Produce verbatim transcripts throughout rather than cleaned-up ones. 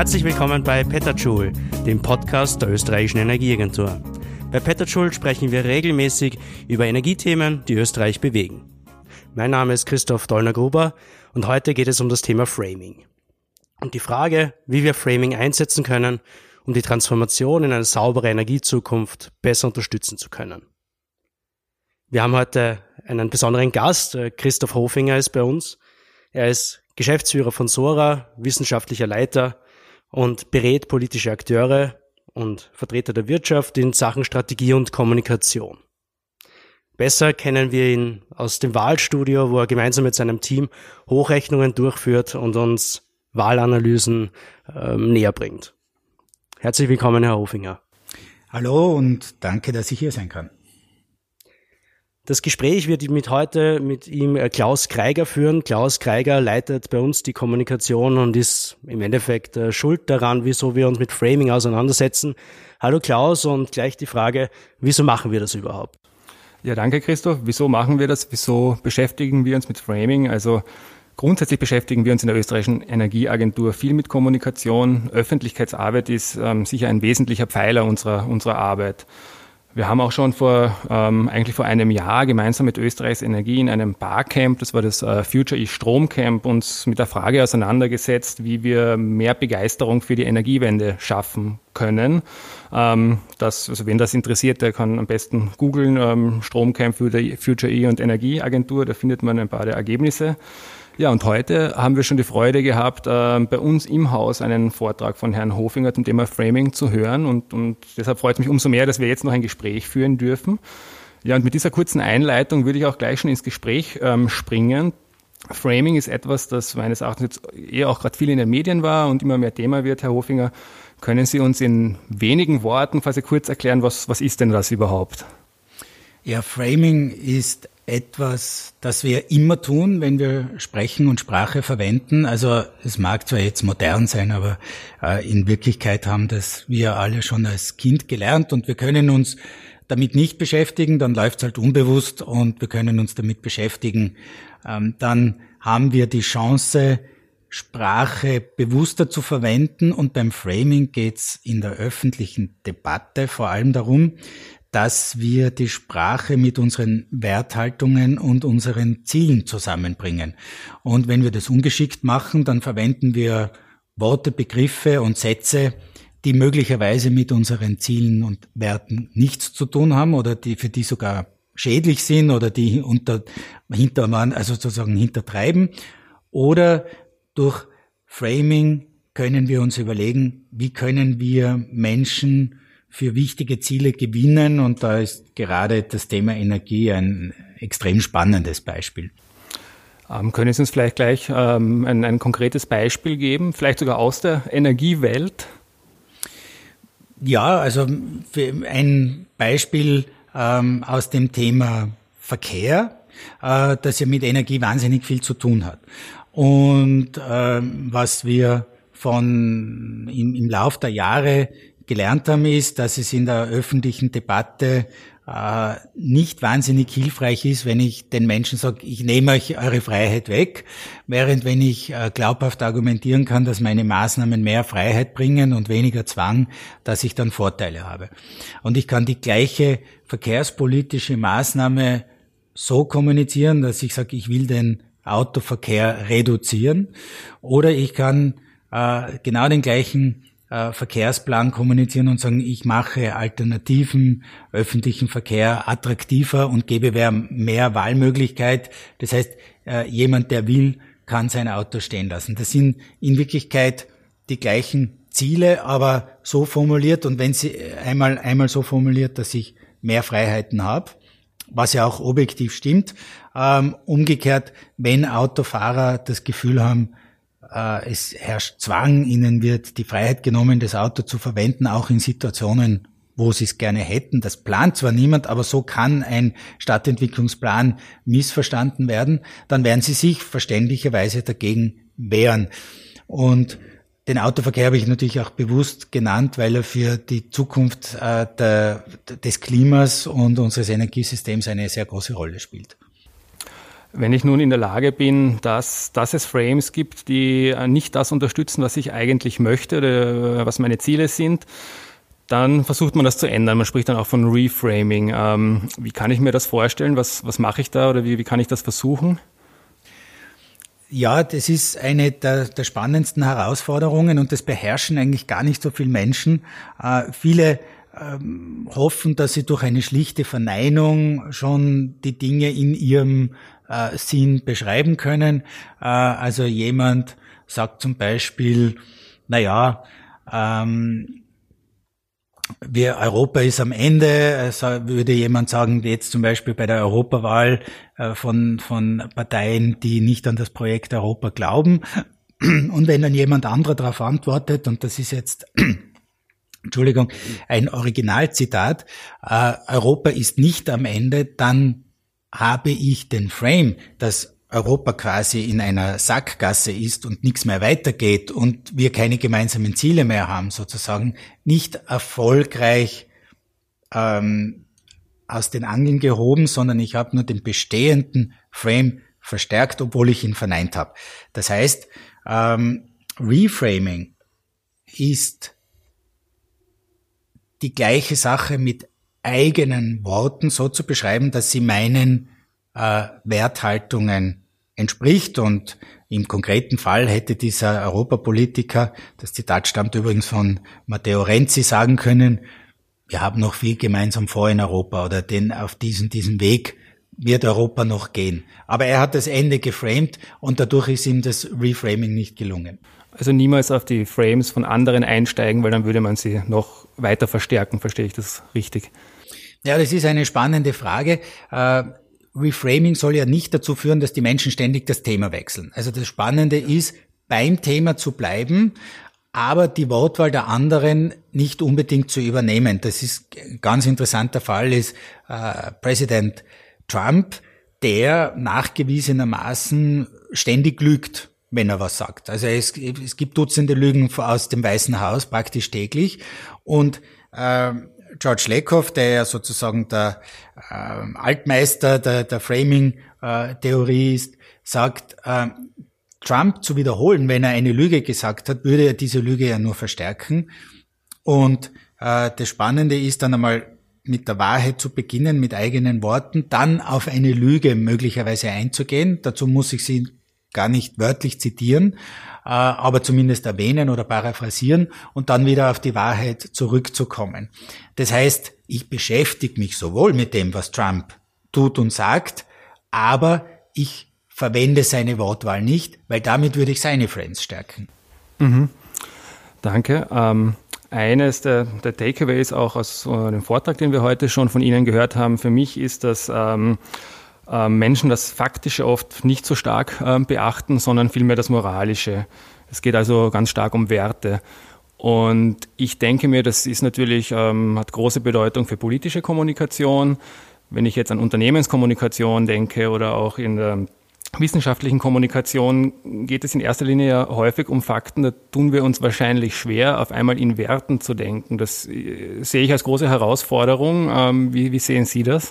Herzlich willkommen bei Petajoule, dem Podcast der österreichischen Energieagentur. Bei Petajoule sprechen wir regelmäßig über Energiethemen, die Österreich bewegen. Mein Name ist Christoph Dollner-Gruber und heute geht es um das Thema Framing. Und die Frage, wie wir Framing einsetzen können, um die Transformation in eine saubere Energiezukunft besser unterstützen zu können. Wir haben heute einen besonderen Gast, Christoph Hofinger ist bei uns. Er ist Geschäftsführer von Sora, wissenschaftlicher Leiter und berät politische Akteure und Vertreter der Wirtschaft in Sachen Strategie und Kommunikation. Besser kennen wir ihn aus dem Wahlstudio, wo er gemeinsam mit seinem Team Hochrechnungen durchführt und uns Wahlanalysen ähm, näher bringt. Herzlich willkommen, Herr Hofinger. Hallo und danke, dass ich hier sein kann. Das Gespräch wird mit heute mit ihm Klaus Greiger führen. Klaus Greiger leitet bei uns die Kommunikation und ist im Endeffekt schuld daran, wieso wir uns mit Framing auseinandersetzen. Hallo Klaus, und gleich die Frage, wieso machen wir das überhaupt? Ja, danke Christoph. Wieso machen wir das? Wieso beschäftigen wir uns mit Framing? Also grundsätzlich beschäftigen wir uns in der österreichischen Energieagentur viel mit Kommunikation. Öffentlichkeitsarbeit ist ähm, sicher ein wesentlicher Pfeiler unserer, unserer Arbeit. Wir haben auch schon vor ähm, eigentlich vor einem Jahr gemeinsam mit Österreichs Energie in einem Barcamp, das war das äh, Future E Strom Camp, uns mit der Frage auseinandergesetzt, wie wir mehr Begeisterung für die Energiewende schaffen können. Ähm, das, also wen das interessiert, der kann am besten googeln, ähm, Stromcamp Future E und Energieagentur, da findet man ein paar der Ergebnisse. Ja, und heute haben wir schon die Freude gehabt, äh, bei uns im Haus einen Vortrag von Herrn Hofinger zum Thema Framing zu hören. Und, und deshalb freut es mich umso mehr, dass wir jetzt noch ein Gespräch führen dürfen. Ja, und mit dieser kurzen Einleitung würde ich auch gleich schon ins Gespräch ähm, springen. Framing ist etwas, das meines Erachtens jetzt eher auch gerade viel in den Medien war und immer mehr Thema wird. Herr Hofinger, können Sie uns in wenigen Worten quasi kurz erklären, was, was ist denn das überhaupt? Ja, Framing ist etwas, das wir immer tun, wenn wir sprechen und Sprache verwenden. Also es mag zwar jetzt modern sein, aber äh, in Wirklichkeit haben das wir alle schon als Kind gelernt und wir können uns damit nicht beschäftigen, dann läuft es halt unbewusst, und wir können uns damit beschäftigen. Ähm, dann haben wir die Chance, Sprache bewusster zu verwenden, und beim Framing geht es in der öffentlichen Debatte vor allem darum, dass wir die Sprache mit unseren Werthaltungen und unseren Zielen zusammenbringen. Und wenn wir das ungeschickt machen, dann verwenden wir Worte, Begriffe und Sätze, die möglicherweise mit unseren Zielen und Werten nichts zu tun haben oder die für die sogar schädlich sind oder die unter hinter also sozusagen hintertreiben. Oder durch Framing können wir uns überlegen, wie können wir Menschen für wichtige Ziele gewinnen, und da ist gerade das Thema Energie ein extrem spannendes Beispiel. Ähm, können Sie uns vielleicht gleich ähm, ein, ein konkretes Beispiel geben, vielleicht sogar aus der Energiewelt? Ja, also für ein Beispiel ähm, aus dem Thema Verkehr, äh, das ja mit Energie wahnsinnig viel zu tun hat. Und äh, was wir von im, im Lauf der Jahre gelernt haben, ist, dass es in der öffentlichen Debatte äh, nicht wahnsinnig hilfreich ist, wenn ich den Menschen sage, ich nehme euch eure Freiheit weg, während wenn ich äh, glaubhaft argumentieren kann, dass meine Maßnahmen mehr Freiheit bringen und weniger Zwang, dass ich dann Vorteile habe. Und ich kann die gleiche verkehrspolitische Maßnahme so kommunizieren, dass ich sage, ich will den Autoverkehr reduzieren, oder ich kann äh, genau den gleichen Verkehrsplan kommunizieren und sagen, ich mache alternativen öffentlichen Verkehr attraktiver und gebe mehr Wahlmöglichkeit. Das heißt, jemand, der will, kann sein Auto stehen lassen. Das sind in Wirklichkeit die gleichen Ziele, aber so formuliert, und wenn sie einmal einmal so formuliert, dass ich mehr Freiheiten habe, was ja auch objektiv stimmt. Ähm, umgekehrt, wenn Autofahrer das Gefühl haben, es herrscht Zwang, ihnen wird die Freiheit genommen, das Auto zu verwenden, auch in Situationen, wo sie es gerne hätten. Das plant zwar niemand, aber so kann ein Stadtentwicklungsplan missverstanden werden. Dann werden sie sich verständlicherweise dagegen wehren. Und den Autoverkehr habe ich natürlich auch bewusst genannt, weil er für die Zukunft äh, der, des Klimas und unseres Energiesystems eine sehr große Rolle spielt. Wenn ich nun in der Lage bin, dass, dass es Frames gibt, die nicht das unterstützen, was ich eigentlich möchte oder was meine Ziele sind, dann versucht man das zu ändern. Man spricht dann auch von Reframing. Ähm, wie kann ich mir das vorstellen? Was, was mache ich da oder wie, wie kann ich das versuchen? Ja, das ist eine der, der spannendsten Herausforderungen und das beherrschen eigentlich gar nicht so viele Menschen. Äh, viele ähm, hoffen, dass sie durch eine schlichte Verneinung schon die Dinge in ihrem äh, Sinn beschreiben können. Äh, also jemand sagt zum Beispiel, na ja, ähm, wir, Europa ist am Ende, also würde jemand sagen, jetzt zum Beispiel bei der Europawahl äh, von, von Parteien, die nicht an das Projekt Europa glauben. Und wenn dann jemand anderer darauf antwortet, und das ist jetzt, Entschuldigung, ein Originalzitat, äh, Europa ist nicht am Ende, dann habe ich den Frame, dass Europa quasi in einer Sackgasse ist und nichts mehr weitergeht und wir keine gemeinsamen Ziele mehr haben, sozusagen, nicht erfolgreich ähm, aus den Angeln gehoben, sondern ich habe nur den bestehenden Frame verstärkt, obwohl ich ihn verneint habe. Das heißt, ähm, Reframing ist die gleiche Sache mit eigenen Worten so zu beschreiben, dass sie meinen äh, Werthaltungen entspricht. Und im konkreten Fall hätte dieser Europapolitiker, das Zitat stammt übrigens von Matteo Renzi, sagen können, wir haben noch viel gemeinsam vor in Europa oder den auf diesen, diesen Weg wird Europa noch gehen. Aber er hat das Ende geframed und dadurch ist ihm das Reframing nicht gelungen. Also niemals auf die Frames von anderen einsteigen, weil dann würde man sie noch weiter verstärken. Verstehe ich das richtig? Ja, das ist eine spannende Frage. Äh, Reframing soll ja nicht dazu führen, dass die Menschen ständig das Thema wechseln. Also das Spannende ist, beim Thema zu bleiben, aber die Wortwahl der anderen nicht unbedingt zu übernehmen. Das ist ein ganz interessanter Fall, ist äh, Präsident Trump, der nachgewiesenermaßen ständig lügt, wenn er was sagt. Also es, es gibt Dutzende Lügen aus dem Weißen Haus, praktisch täglich. Und äh, George Lakoff, der ja sozusagen der äh, Altmeister der, der Framing-Theorie äh, ist, sagt, äh, Trump zu wiederholen, wenn er eine Lüge gesagt hat, würde er diese Lüge ja nur verstärken. Und äh, das Spannende ist dann einmal mit der Wahrheit zu beginnen, mit eigenen Worten, dann auf eine Lüge möglicherweise einzugehen. Dazu muss ich sie gar nicht wörtlich zitieren, aber zumindest erwähnen oder paraphrasieren und dann wieder auf die Wahrheit zurückzukommen. Das heißt, ich beschäftige mich sowohl mit dem, was Trump tut und sagt, aber ich verwende seine Wortwahl nicht, weil damit würde ich seine Friends stärken. Mhm. Danke. Ähm, eines der, der Takeaways auch aus äh, dem Vortrag, den wir heute schon von Ihnen gehört haben, für mich ist, dass ähm, Menschen das Faktische oft nicht so stark äh, beachten, sondern vielmehr das Moralische. Es geht also ganz stark um Werte. Und ich denke mir, das ist natürlich, ähm, hat große Bedeutung für politische Kommunikation. Wenn ich jetzt an Unternehmenskommunikation denke oder auch in der wissenschaftlichen Kommunikation, geht es in erster Linie ja häufig um Fakten. Da tun wir uns wahrscheinlich schwer, auf einmal in Werten zu denken. Das äh, sehe ich als große Herausforderung. Ähm, wie, wie sehen Sie das?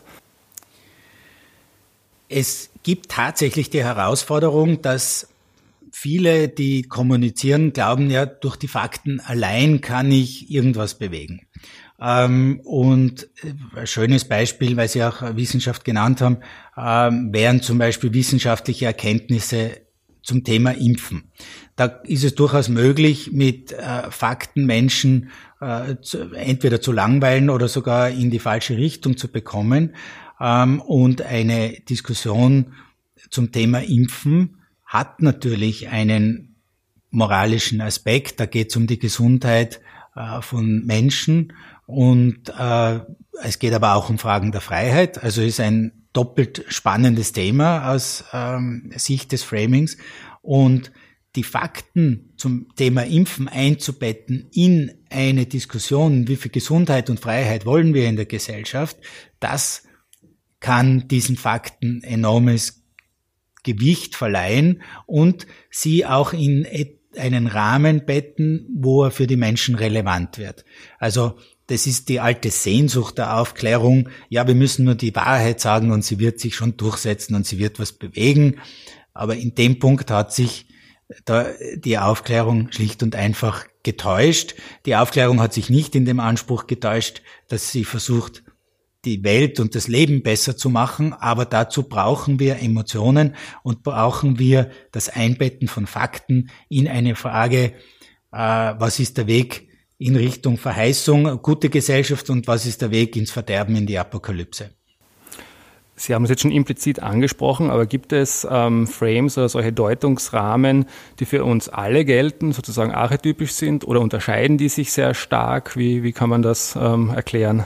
Es gibt tatsächlich die Herausforderung, dass viele, die kommunizieren, glauben, ja, durch die Fakten allein kann ich irgendwas bewegen. Ähm, und ein schönes Beispiel, weil Sie auch Wissenschaft genannt haben, ähm, wären zum Beispiel wissenschaftliche Erkenntnisse zum Thema Impfen. Da ist es durchaus möglich, mit äh, Fakten Menschen äh, zu, entweder zu langweilen oder sogar in die falsche Richtung zu bekommen. Und eine Diskussion zum Thema Impfen hat natürlich einen moralischen Aspekt. Da geht es um die Gesundheit von Menschen und es geht aber auch um Fragen der Freiheit. Also ist ein doppelt spannendes Thema aus Sicht des Framings. Und die Fakten zum Thema Impfen einzubetten in eine Diskussion, wie viel Gesundheit und Freiheit wollen wir in der Gesellschaft, das kann diesen Fakten enormes Gewicht verleihen und sie auch in einen Rahmen betten, wo er für die Menschen relevant wird. Also das ist die alte Sehnsucht der Aufklärung. Ja, wir müssen nur die Wahrheit sagen und sie wird sich schon durchsetzen und sie wird was bewegen. Aber in dem Punkt hat sich da die Aufklärung schlicht und einfach getäuscht. Die Aufklärung hat sich nicht in dem Anspruch getäuscht, dass sie versucht, die Welt und das Leben besser zu machen, aber dazu brauchen wir Emotionen und brauchen wir das Einbetten von Fakten in eine Frage, äh, was ist der Weg in Richtung Verheißung, gute Gesellschaft und was ist der Weg ins Verderben, in die Apokalypse. Sie haben es jetzt schon implizit angesprochen, aber gibt es ähm, Frames oder solche Deutungsrahmen, die für uns alle gelten, sozusagen archetypisch sind, oder unterscheiden die sich sehr stark? Wie, wie kann man das ähm, erklären?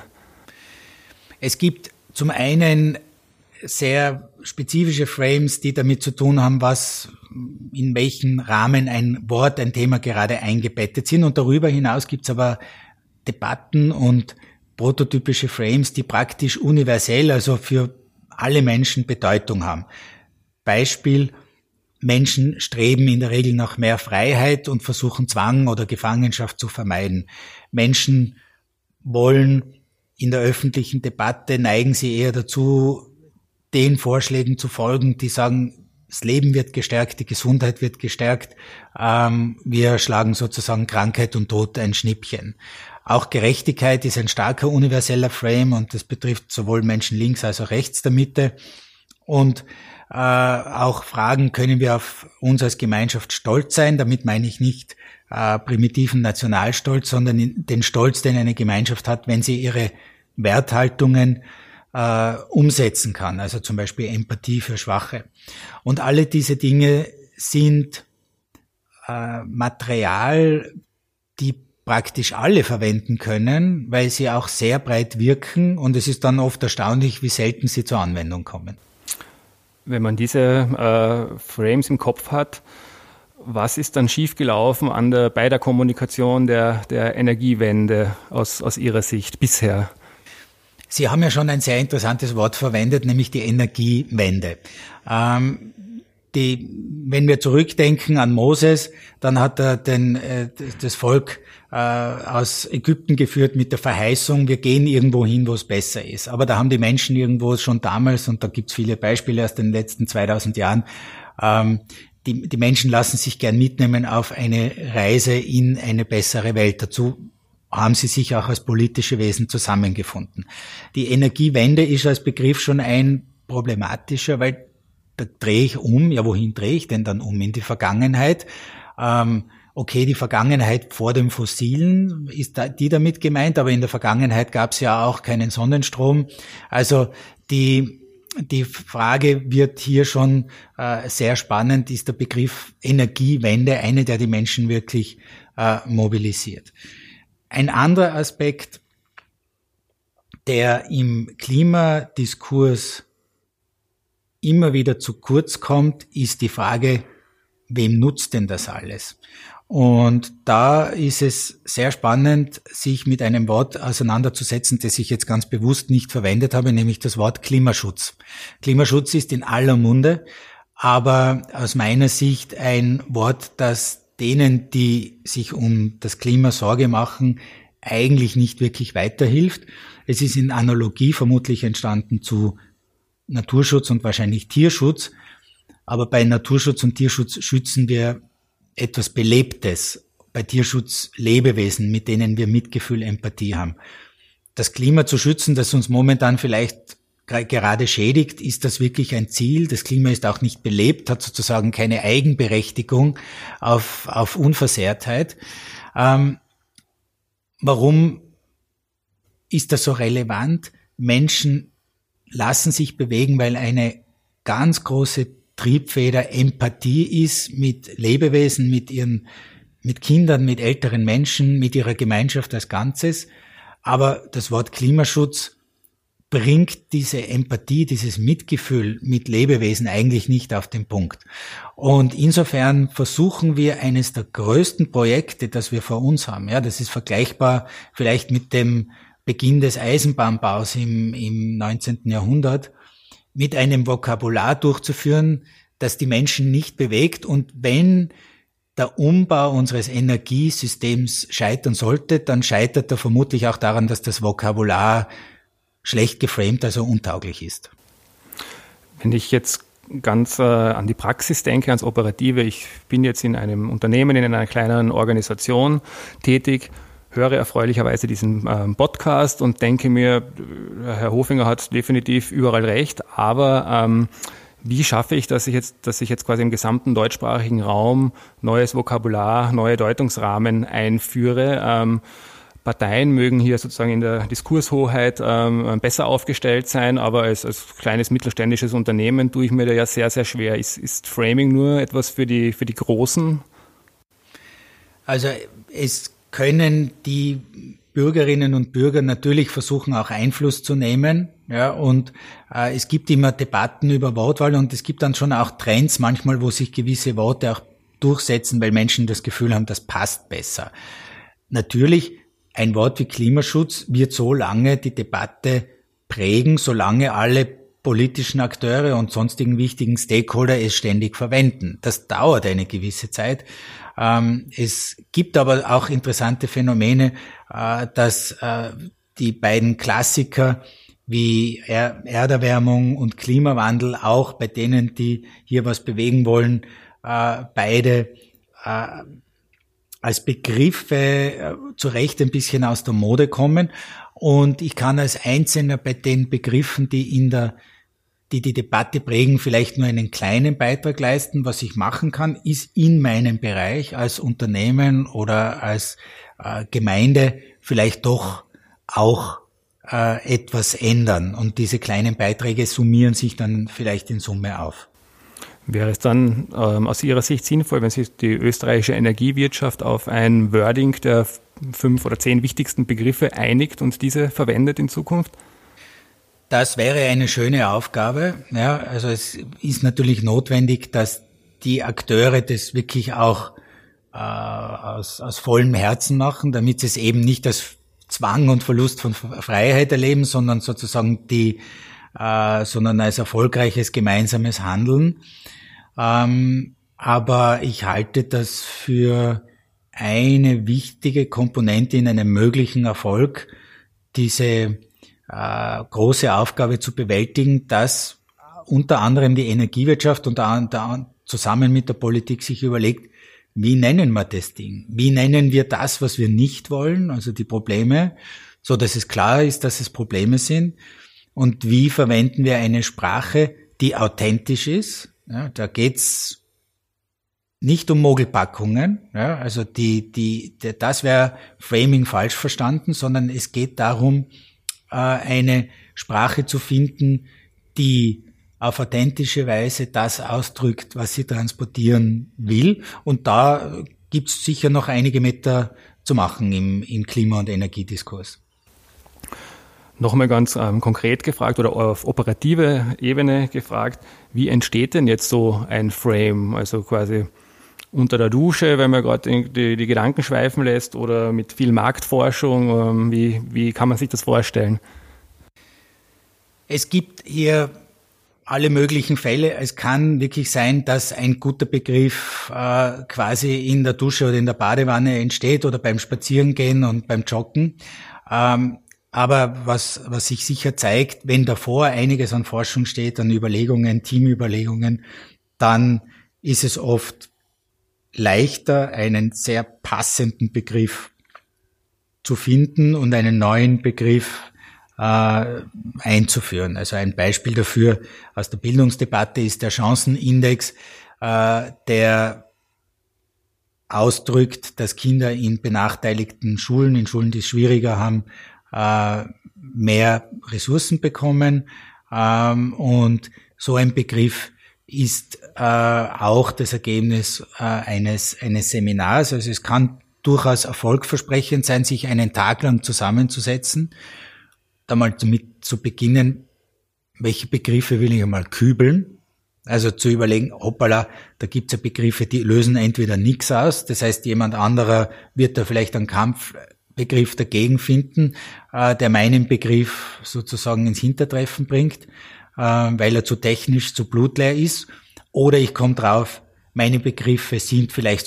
Es gibt zum einen sehr spezifische Frames, die damit zu tun haben, was in welchen Rahmen ein Wort, ein Thema gerade eingebettet sind. Und darüber hinaus gibt es aber Debatten und prototypische Frames, die praktisch universell, also für alle Menschen Bedeutung haben. Beispiel: Menschen streben in der Regel nach mehr Freiheit und versuchen Zwang oder Gefangenschaft zu vermeiden. Menschen wollen in der öffentlichen Debatte, neigen sie eher dazu, den Vorschlägen zu folgen, die sagen, das Leben wird gestärkt, die Gesundheit wird gestärkt, ähm, wir schlagen sozusagen Krankheit und Tod ein Schnippchen. Auch Gerechtigkeit ist ein starker universeller Frame und das betrifft sowohl Menschen links als auch rechts der Mitte. Und äh, auch Fragen, können wir auf uns als Gemeinschaft stolz sein? Damit meine ich nicht äh, primitiven Nationalstolz, sondern den Stolz, den eine Gemeinschaft hat, wenn sie ihre Werthaltungen äh, umsetzen kann. Also zum Beispiel Empathie für Schwache. Und alle diese Dinge sind äh, Material, die praktisch alle verwenden können, weil sie auch sehr breit wirken und es ist dann oft erstaunlich, wie selten sie zur Anwendung kommen. Wenn man diese äh, Frames im Kopf hat, was ist dann schiefgelaufen an der, bei der Kommunikation der, der Energiewende aus, aus Ihrer Sicht bisher? Sie haben ja schon ein sehr interessantes Wort verwendet, nämlich die Energiewende. Ähm, die, wenn wir zurückdenken an Moses, dann hat er den, äh, das Volk äh, aus Ägypten geführt mit der Verheißung, wir gehen irgendwo hin, wo es besser ist. Aber da haben die Menschen irgendwo schon damals, und da gibt es viele Beispiele aus den letzten zweitausend Jahren, ähm, die, die Menschen lassen sich gern mitnehmen auf eine Reise in eine bessere Welt. Dazu haben sie sich auch als politische Wesen zusammengefunden. Die Energiewende ist als Begriff schon ein problematischer, weil da drehe ich um. Ja, wohin drehe ich denn dann um? In die Vergangenheit. Ähm, okay, die Vergangenheit vor dem Fossilen, ist da, die damit gemeint, aber in der Vergangenheit gab es ja auch keinen Sonnenstrom. Also die die Frage wird hier schon äh, sehr spannend, ist der Begriff Energiewende eine, der die Menschen wirklich äh, mobilisiert. Ein anderer Aspekt, der im Klimadiskurs immer wieder zu kurz kommt, ist die Frage, wem nutzt denn das alles? Und da ist es sehr spannend, sich mit einem Wort auseinanderzusetzen, das ich jetzt ganz bewusst nicht verwendet habe, nämlich das Wort Klimaschutz. Klimaschutz ist in aller Munde, aber aus meiner Sicht ein Wort, das denen, die sich um das Klima Sorge machen, eigentlich nicht wirklich weiterhilft. Es ist in Analogie vermutlich entstanden zu Naturschutz und wahrscheinlich Tierschutz, aber bei Naturschutz und Tierschutz schützen wir etwas Belebtes, bei Tierschutz Lebewesen, mit denen wir Mitgefühl, Empathie haben. Das Klima zu schützen, das uns momentan vielleicht gerade schädigt, ist das wirklich ein Ziel? Das Klima ist auch nicht belebt, hat sozusagen keine Eigenberechtigung auf, auf Unversehrtheit. Ähm, warum ist das so relevant? Menschen lassen sich bewegen, weil eine ganz große Triebfeder Empathie ist mit Lebewesen, mit ihren, mit Kindern, mit älteren Menschen, mit ihrer Gemeinschaft als Ganzes. Aber das Wort Klimaschutz bringt diese Empathie, dieses Mitgefühl mit Lebewesen eigentlich nicht auf den Punkt. Und insofern versuchen wir eines der größten Projekte, das wir vor uns haben, ja, das ist vergleichbar vielleicht mit dem Beginn des Eisenbahnbaus im, im neunzehnten Jahrhundert, mit einem Vokabular durchzuführen, das die Menschen nicht bewegt. Und wenn der Umbau unseres Energiesystems scheitern sollte, dann scheitert er vermutlich auch daran, dass das Vokabular schlecht geframed, also untauglich ist. Wenn ich jetzt ganz äh, an die Praxis denke, ans Operative, ich bin jetzt in einem Unternehmen, in einer kleineren Organisation tätig, höre erfreulicherweise diesen ähm, Podcast und denke mir, Herr Hofinger hat definitiv überall recht, aber ähm, wie schaffe ich, dass ich jetzt, dass ich jetzt quasi im gesamten deutschsprachigen Raum neues Vokabular, neue Deutungsrahmen einführe? Ähm, Parteien mögen hier sozusagen in der Diskurshoheit ähm, besser aufgestellt sein, aber als, als kleines mittelständisches Unternehmen tue ich mir da ja sehr, sehr schwer. Ist, ist Framing nur etwas für die, für die Großen? Also es können die Bürgerinnen und Bürger natürlich versuchen, auch Einfluss zu nehmen. Ja, und äh, es gibt immer Debatten über Wortwahl und es gibt dann schon auch Trends manchmal, wo sich gewisse Worte auch durchsetzen, weil Menschen das Gefühl haben, das passt besser. Natürlich, ein Wort wie Klimaschutz wird so lange die Debatte prägen, solange alle politischen Akteure und sonstigen wichtigen Stakeholder es ständig verwenden. Das dauert eine gewisse Zeit. Ähm, es gibt aber auch interessante Phänomene, äh, dass äh, die beiden Klassiker wie er- Erderwärmung und Klimawandel auch bei denen, die hier was bewegen wollen, äh, beide äh, als Begriffe äh, zu Recht ein bisschen aus der Mode kommen. Und ich kann als Einzelner bei den Begriffen, die in der die die Debatte prägen, vielleicht nur einen kleinen Beitrag leisten. Was ich machen kann, ist in meinem Bereich als Unternehmen oder als äh, Gemeinde vielleicht doch auch äh, etwas ändern. Und diese kleinen Beiträge summieren sich dann vielleicht in Summe auf. Wäre es dann ähm, aus Ihrer Sicht sinnvoll, wenn sich die österreichische Energiewirtschaft auf ein Wording der fünf oder zehn wichtigsten Begriffe einigt und diese verwendet in Zukunft? Das wäre eine schöne Aufgabe. Ja, also es ist natürlich notwendig, dass die Akteure das wirklich auch äh, aus, aus vollem Herzen machen, damit sie es eben nicht als Zwang und Verlust von Freiheit erleben, sondern sozusagen die, äh, sondern als erfolgreiches gemeinsames Handeln. Ähm, aber ich halte das für eine wichtige Komponente in einem möglichen Erfolg, diese äh, große Aufgabe zu bewältigen, dass unter anderem die Energiewirtschaft und da, da, zusammen mit der Politik sich überlegt, wie nennen wir das Ding? Wie nennen wir das, was wir nicht wollen, also die Probleme, so dass es klar ist, dass es Probleme sind? Und wie verwenden wir eine Sprache, die authentisch ist? Ja, da geht's nicht um Mogelpackungen, ja, also die, die, die, das wäre Framing falsch verstanden, sondern es geht darum, eine Sprache zu finden, die auf authentische Weise das ausdrückt, was sie transportieren will. Und da gibt's sicher noch einige Meter zu machen im, im Klima- und Energiediskurs. Nochmal ganz ähm, konkret gefragt oder auf operative Ebene gefragt, wie entsteht denn jetzt so ein Frame, also quasi unter der Dusche, wenn man gerade die, die Gedanken schweifen lässt oder mit viel Marktforschung, ähm, wie, wie kann man sich das vorstellen? Es gibt hier alle möglichen Fälle. Es kann wirklich sein, dass ein guter Begriff äh, quasi in der Dusche oder in der Badewanne entsteht oder beim Spazierengehen und beim Joggen. Ähm, aber was, was sich sicher zeigt, wenn davor einiges an Forschung steht, an Überlegungen, Teamüberlegungen, dann ist es oft leichter, einen sehr passenden Begriff zu finden und einen neuen Begriff äh, einzuführen. Also ein Beispiel dafür aus der Bildungsdebatte ist der Chancenindex, äh, der ausdrückt, dass Kinder in benachteiligten Schulen, in Schulen, die es schwieriger haben, äh, mehr Ressourcen bekommen. Ähm, und so ein Begriff ist äh, auch das Ergebnis äh, eines eines Seminars. Also es kann durchaus erfolgversprechend sein, sich einen Tag lang zusammenzusetzen, da mal damit zu beginnen, welche Begriffe will ich einmal kübeln. Also zu überlegen, hoppala, da gibt's ja Begriffe, die lösen entweder nichts aus, das heißt, jemand anderer wird da vielleicht einen Kampfbegriff dagegen finden, äh, der meinen Begriff sozusagen ins Hintertreffen bringt, weil er zu technisch, zu blutleer ist. Oder ich komme drauf, meine Begriffe sind vielleicht sogar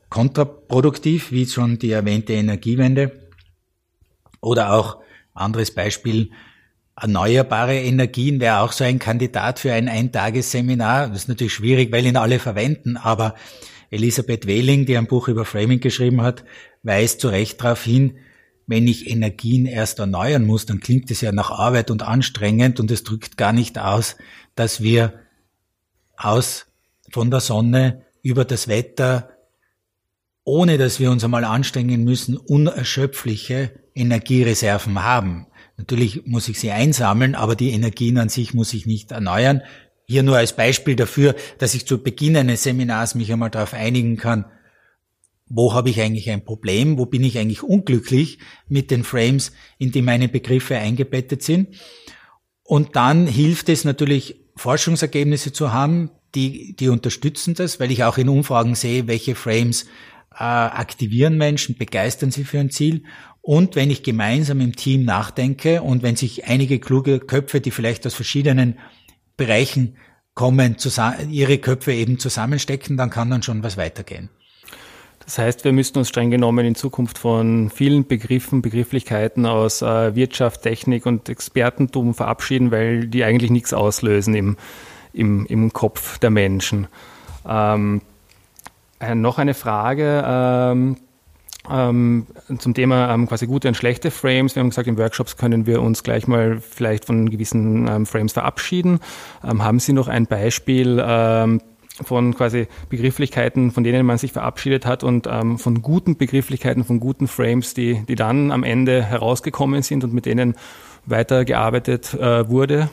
kontraproduktiv, wie schon die erwähnte Energiewende. Oder auch anderes Beispiel, erneuerbare Energien wäre auch so ein Kandidat für ein Eintagesseminar. Das ist natürlich schwierig, weil ihn alle verwenden, aber Elisabeth Wehling, die ein Buch über Framing geschrieben hat, weist zu Recht darauf hin, wenn ich Energien erst erneuern muss, dann klingt es ja nach Arbeit und anstrengend und es drückt gar nicht aus, dass wir aus von der Sonne über das Wetter, ohne dass wir uns einmal anstrengen müssen, unerschöpfliche Energiereserven haben. Natürlich muss ich sie einsammeln, aber die Energien an sich muss ich nicht erneuern. Hier nur als Beispiel dafür, dass ich zu Beginn eines Seminars mich einmal darauf einigen kann, wo habe ich eigentlich ein Problem, wo bin ich eigentlich unglücklich mit den Frames, in die meine Begriffe eingebettet sind. Und dann hilft es natürlich, Forschungsergebnisse zu haben, die, die unterstützen das, weil ich auch in Umfragen sehe, welche Frames äh, aktivieren Menschen, begeistern sie für ein Ziel. Und wenn ich gemeinsam im Team nachdenke und wenn sich einige kluge Köpfe, die vielleicht aus verschiedenen Bereichen kommen, zusammen, ihre Köpfe eben zusammenstecken, dann kann dann schon was weitergehen. Das heißt, wir müssten uns streng genommen in Zukunft von vielen Begriffen, Begrifflichkeiten aus äh, Wirtschaft, Technik und Expertentum verabschieden, weil die eigentlich nichts auslösen im, im, im Kopf der Menschen. Ähm, äh, noch eine Frage ähm, ähm, zum Thema ähm, quasi gute und schlechte Frames. Wir haben gesagt, in Workshops können wir uns gleich mal vielleicht von gewissen ähm, Frames verabschieden. Ähm, haben Sie noch ein Beispiel ähm, von quasi Begrifflichkeiten, von denen man sich verabschiedet hat und ähm, von guten Begrifflichkeiten, von guten Frames, die, die dann am Ende herausgekommen sind und mit denen weitergearbeitet äh, wurde?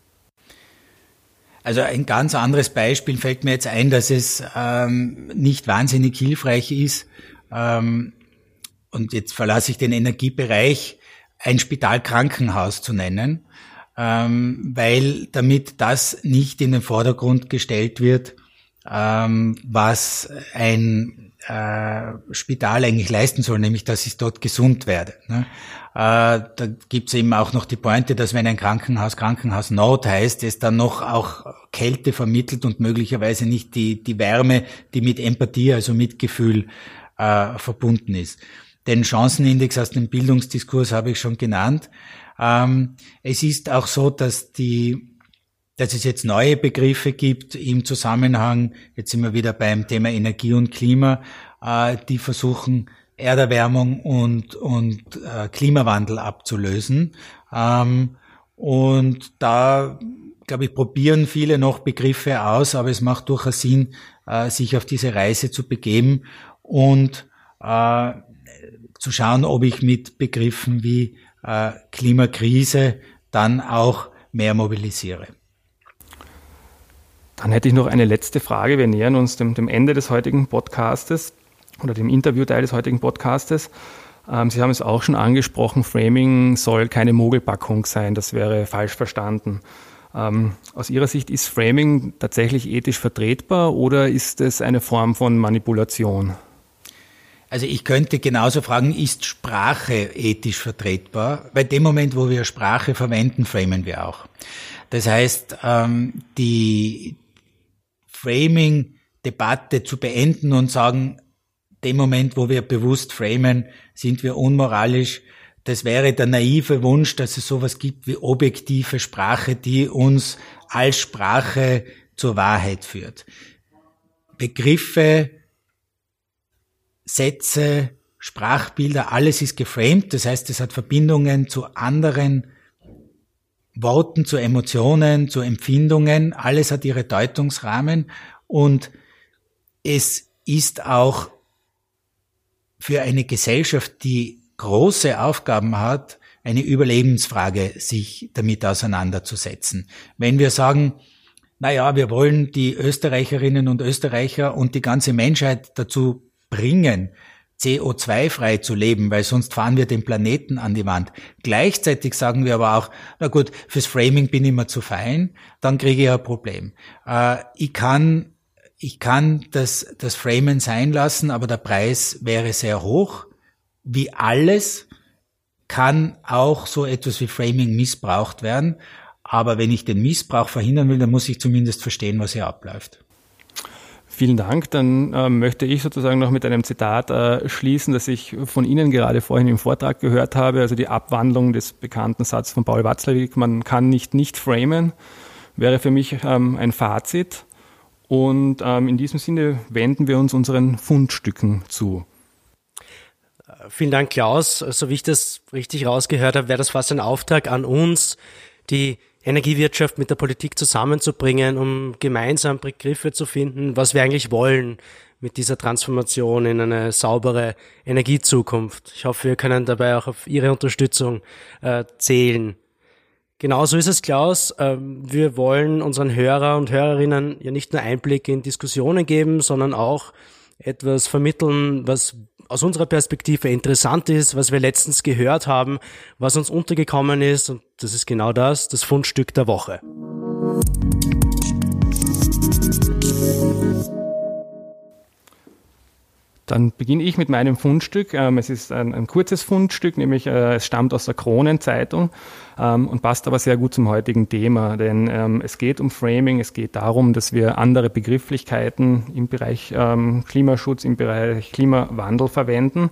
Also ein ganz anderes Beispiel fällt mir jetzt ein, dass es ähm, nicht wahnsinnig hilfreich ist, ähm, und jetzt verlasse ich den Energiebereich, ein Spitalkrankenhaus zu nennen, ähm, weil damit das nicht in den Vordergrund gestellt wird, ähm, was ein äh, Spital eigentlich leisten soll, nämlich dass ich dort gesund werde. Ne? Äh, da gibt's eben auch noch die Pointe, dass wenn ein Krankenhaus Krankenhausnot heißt, es dann noch auch Kälte vermittelt und möglicherweise nicht die die Wärme, die mit Empathie, also Mitgefühl äh, verbunden ist. Den Chancenindex aus dem Bildungsdiskurs habe ich schon genannt. Ähm, es ist auch so, dass die dass es jetzt neue Begriffe gibt im Zusammenhang, jetzt sind wir wieder beim Thema Energie und Klima, äh, die versuchen, Erderwärmung und, und äh, Klimawandel abzulösen. Ähm, und da, glaube ich, probieren viele noch Begriffe aus, aber es macht durchaus Sinn, äh, sich auf diese Reise zu begeben und äh, zu schauen, ob ich mit Begriffen wie äh, Klimakrise dann auch mehr mobilisiere. Dann hätte ich noch eine letzte Frage. Wir nähern uns dem, dem Ende des heutigen Podcastes oder dem Interviewteil des heutigen Podcastes. Ähm, Sie haben es auch schon angesprochen, Framing soll keine Mogelpackung sein. Das wäre falsch verstanden. Ähm, aus Ihrer Sicht, ist Framing tatsächlich ethisch vertretbar oder ist es eine Form von Manipulation? Also ich könnte genauso fragen, ist Sprache ethisch vertretbar? Bei dem Moment, wo wir Sprache verwenden, framen wir auch. Das heißt, die Framing-Debatte zu beenden und sagen, dem Moment, wo wir bewusst framen, sind wir unmoralisch. Das wäre der naive Wunsch, dass es sowas gibt wie objektive Sprache, die uns als Sprache zur Wahrheit führt. Begriffe, Sätze, Sprachbilder, alles ist geframed. Das heißt, es hat Verbindungen zu anderen Worten, zu Emotionen, zu Empfindungen. Alles hat ihre Deutungsrahmen und es ist auch für eine Gesellschaft, die große Aufgaben hat, eine Überlebensfrage, sich damit auseinanderzusetzen. Wenn wir sagen, na ja, wir wollen die Österreicherinnen und Österreicher und die ganze Menschheit dazu bringen, C O zwei frei zu leben, weil sonst fahren wir den Planeten an die Wand. Gleichzeitig sagen wir aber auch, na gut, fürs Framing bin ich immer zu fein, dann kriege ich ein Problem. Äh, ich kann, ich kann das, das Framen sein lassen, aber der Preis wäre sehr hoch. Wie alles kann auch so etwas wie Framing missbraucht werden. Aber wenn ich den Missbrauch verhindern will, dann muss ich zumindest verstehen, was hier abläuft. Vielen Dank. Dann äh, möchte ich sozusagen noch mit einem Zitat äh, schließen, das ich von Ihnen gerade vorhin im Vortrag gehört habe, also die Abwandlung des bekannten Satzes von Paul Watzlawick, man kann nicht nicht framen, wäre für mich ähm, ein Fazit. Und ähm, in diesem Sinne wenden wir uns unseren Fundstücken zu. Vielen Dank, Klaus. So wie ich das richtig rausgehört habe, wäre das fast ein Auftrag an uns, die Energiewirtschaft mit der Politik zusammenzubringen, um gemeinsam Begriffe zu finden, was wir eigentlich wollen mit dieser Transformation in eine saubere Energiezukunft. Ich hoffe, wir können dabei auch auf Ihre Unterstützung äh, zählen. Genauso ist es, Klaus. Ähm, wir wollen unseren Hörer und Hörerinnen ja nicht nur Einblick in Diskussionen geben, sondern auch etwas vermitteln, was aus unserer Perspektive interessant ist, was wir letztens gehört haben, was uns untergekommen ist, und das ist genau das, das Fundstück der Woche. Dann beginne ich mit meinem Fundstück. Es ist ein, ein kurzes Fundstück, nämlich es stammt aus der Kronenzeitung und passt aber sehr gut zum heutigen Thema, denn es geht um Framing, es geht darum, dass wir andere Begrifflichkeiten im Bereich Klimaschutz, im Bereich Klimawandel verwenden.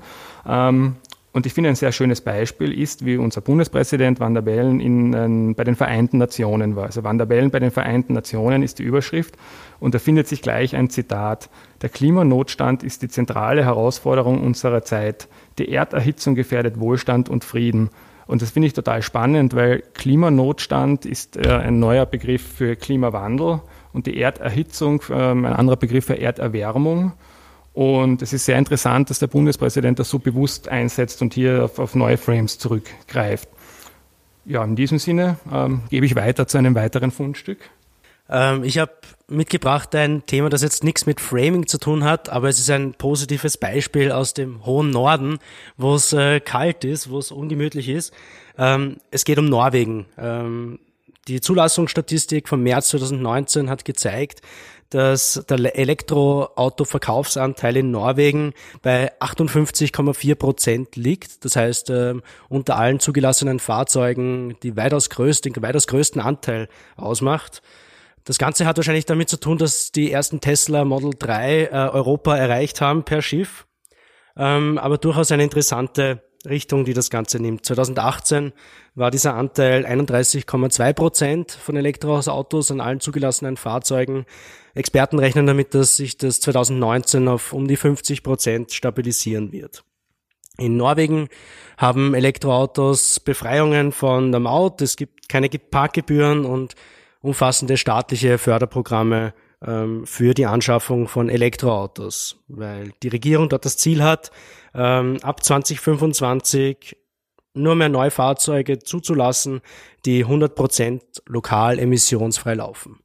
Und ich finde, ein sehr schönes Beispiel ist, wie unser Bundespräsident Van der Bellen in, in, bei den Vereinten Nationen war. Also Van der Bellen bei den Vereinten Nationen ist die Überschrift und da findet sich gleich ein Zitat. Der Klimanotstand ist die zentrale Herausforderung unserer Zeit. Die Erderhitzung gefährdet Wohlstand und Frieden. Und das finde ich total spannend, weil Klimanotstand ist äh, ein neuer Begriff für Klimawandel und die Erderhitzung äh, ein anderer Begriff für Erderwärmung. Und es ist sehr interessant, dass der Bundespräsident das so bewusst einsetzt und hier auf, auf neue Frames zurückgreift. Ja, in diesem Sinne ähm, gebe ich weiter zu einem weiteren Fundstück. Ähm, ich habe mitgebracht ein Thema, das jetzt nichts mit Framing zu tun hat, aber es ist ein positives Beispiel aus dem hohen Norden, wo es äh, kalt ist, wo es ungemütlich ist. Ähm, es geht um Norwegen. Ähm, die Zulassungsstatistik vom März zwanzig neunzehn hat gezeigt, dass der Elektroauto-Verkaufsanteil in Norwegen bei achtundfünfzig Komma vier Prozent liegt. Das heißt, äh, unter allen zugelassenen Fahrzeugen die weitaus größten, den weitaus größten Anteil ausmacht. Das Ganze hat wahrscheinlich damit zu tun, dass die ersten Tesla Model drei äh, Europa erreicht haben per Schiff. Ähm, aber durchaus eine interessante Richtung, die das Ganze nimmt. zwanzig achtzehn war dieser Anteil einunddreißig Komma zwei Prozent von Elektroautos an allen zugelassenen Fahrzeugen. Experten rechnen damit, dass sich das zwanzig neunzehn auf um die fünfzig Prozent stabilisieren wird. In Norwegen haben Elektroautos Befreiungen von der Maut, es gibt keine Parkgebühren und umfassende staatliche Förderprogramme ähm, für die Anschaffung von Elektroautos, weil die Regierung dort das Ziel hat, ähm, ab zwanzig fünfundzwanzig nur mehr Neufahrzeuge zuzulassen, die hundert Prozent lokal emissionsfrei laufen.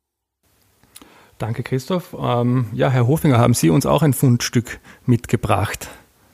Danke, Christoph. Ähm, ja, Herr Hofinger, haben Sie uns auch ein Fundstück mitgebracht?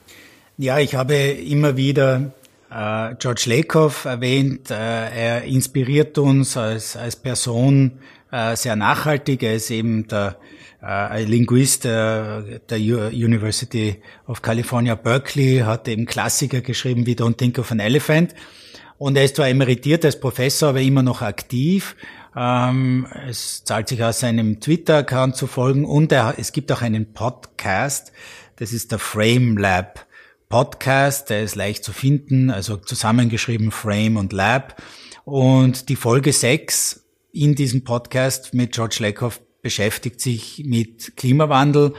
Ja, ich habe immer wieder äh, George Lakoff erwähnt. Äh, er inspiriert uns als, als Person äh, sehr nachhaltig. Er ist eben der äh, Linguist äh, der University of California, Berkeley, hat eben Klassiker geschrieben wie Don't Think of an Elephant. Und er ist zwar emeritiert als Professor, aber immer noch aktiv. Ähm, es zahlt sich aus, seinem Twitter-Account zu folgen. Und er, es gibt auch einen Podcast, das ist der Frame Lab Podcast, der ist leicht zu finden, also zusammengeschrieben Frame und Lab. Und die Folge sechs in diesem Podcast mit George Lakoff beschäftigt sich mit Klimawandel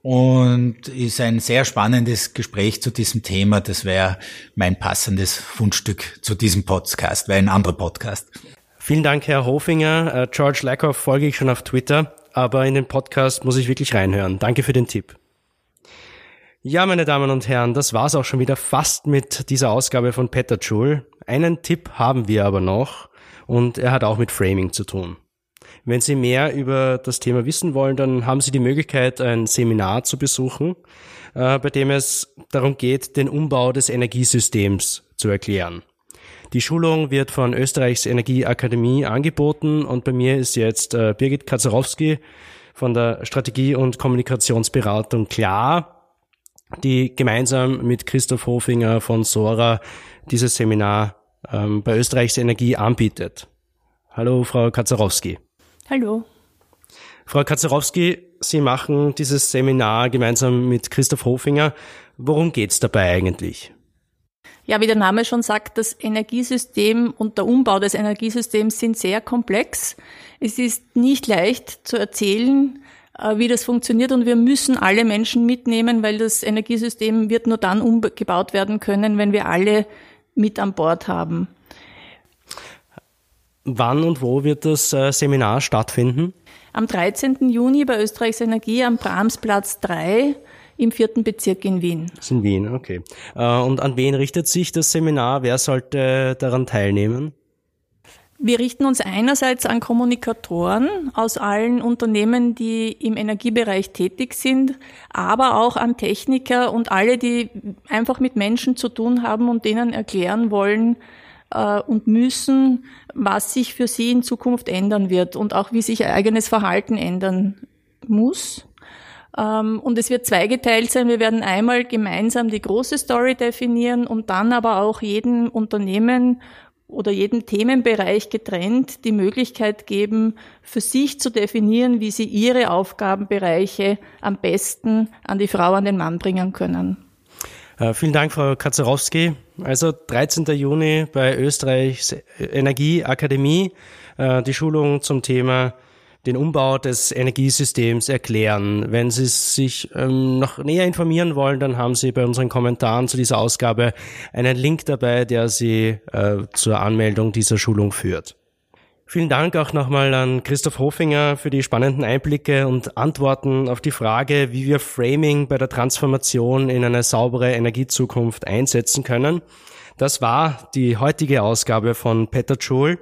und ist ein sehr spannendes Gespräch zu diesem Thema. Das wäre mein passendes Fundstück zu diesem Podcast, wäre ein anderer Podcast. Vielen Dank, Herr Hofinger. George Lakoff folge ich schon auf Twitter, aber in den Podcast muss ich wirklich reinhören. Danke für den Tipp. Ja, meine Damen und Herren, das war's auch schon wieder fast mit dieser Ausgabe von Petterjoule. Einen Tipp haben wir aber noch und er hat auch mit Framing zu tun. Wenn Sie mehr über das Thema wissen wollen, dann haben Sie die Möglichkeit, ein Seminar zu besuchen, äh, bei dem es darum geht, den Umbau des Energiesystems zu erklären. Die Schulung wird von Österreichs Energieakademie angeboten und bei mir ist jetzt äh, Birgit Kaczorowski von der Strategie- und Kommunikationsberatung klar, die gemeinsam mit Christoph Hofinger von Sora dieses Seminar ähm, bei Österreichs Energie anbietet. Hallo, Frau Kaczorowski. Hallo. Frau Kaczorowski, Sie machen dieses Seminar gemeinsam mit Christoph Hofinger. Worum geht's dabei eigentlich? Ja, wie der Name schon sagt, das Energiesystem und der Umbau des Energiesystems sind sehr komplex. Es ist nicht leicht zu erzählen, wie das funktioniert, und wir müssen alle Menschen mitnehmen, weil das Energiesystem wird nur dann umgebaut werden können, wenn wir alle mit an Bord haben. Wann und wo wird das Seminar stattfinden? Am dreizehnten Juni bei Österreichs Energie am Bramsplatz drei im vierten Bezirk in Wien. Das ist in Wien, okay. Und an wen richtet sich das Seminar? Wer sollte daran teilnehmen? Wir richten uns einerseits an Kommunikatoren aus allen Unternehmen, die im Energiebereich tätig sind, aber auch an Techniker und alle, die einfach mit Menschen zu tun haben und denen erklären wollen äh, und müssen, was sich für sie in Zukunft ändern wird und auch wie sich ihr eigenes Verhalten ändern muss. Ähm, und es wird zweigeteilt sein. Wir werden einmal gemeinsam die große Story definieren und dann aber auch jedem Unternehmen oder jedem Themenbereich getrennt die Möglichkeit geben, für sich zu definieren, wie sie ihre Aufgabenbereiche am besten an die Frau, an den Mann bringen können. Äh, vielen Dank, Frau Kaczorowski. Also dreizehnten Juni bei Österreichs Energieakademie, äh, die Schulung zum Thema den Umbau des Energiesystems erklären. Wenn Sie sich ähm, noch näher informieren wollen, dann haben Sie bei unseren Kommentaren zu dieser Ausgabe einen Link dabei, der Sie äh, zur Anmeldung dieser Schulung führt. Vielen Dank auch nochmal an Christoph Hofinger für die spannenden Einblicke und Antworten auf die Frage, wie wir Framing bei der Transformation in eine saubere Energiezukunft einsetzen können. Das war die heutige Ausgabe von Petajoule.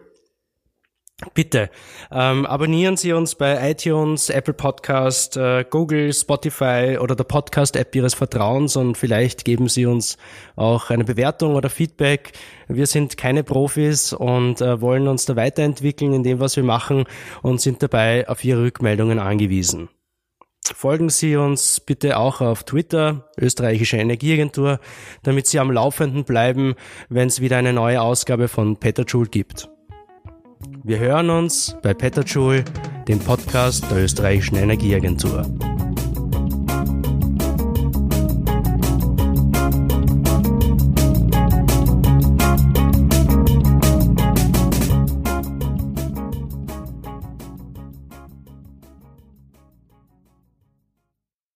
Bitte ähm, abonnieren Sie uns bei iTunes, Apple Podcast, äh, Google, Spotify oder der Podcast-App Ihres Vertrauens, und vielleicht geben Sie uns auch eine Bewertung oder Feedback. Wir sind keine Profis und äh, wollen uns da weiterentwickeln in dem, was wir machen, und sind dabei auf Ihre Rückmeldungen angewiesen. Folgen Sie uns bitte auch auf Twitter, Österreichische Energieagentur, damit Sie am Laufenden bleiben, wenn es wieder eine neue Ausgabe von Petajoule gibt. Wir hören uns bei Petajoule, dem Podcast der Österreichischen Energieagentur.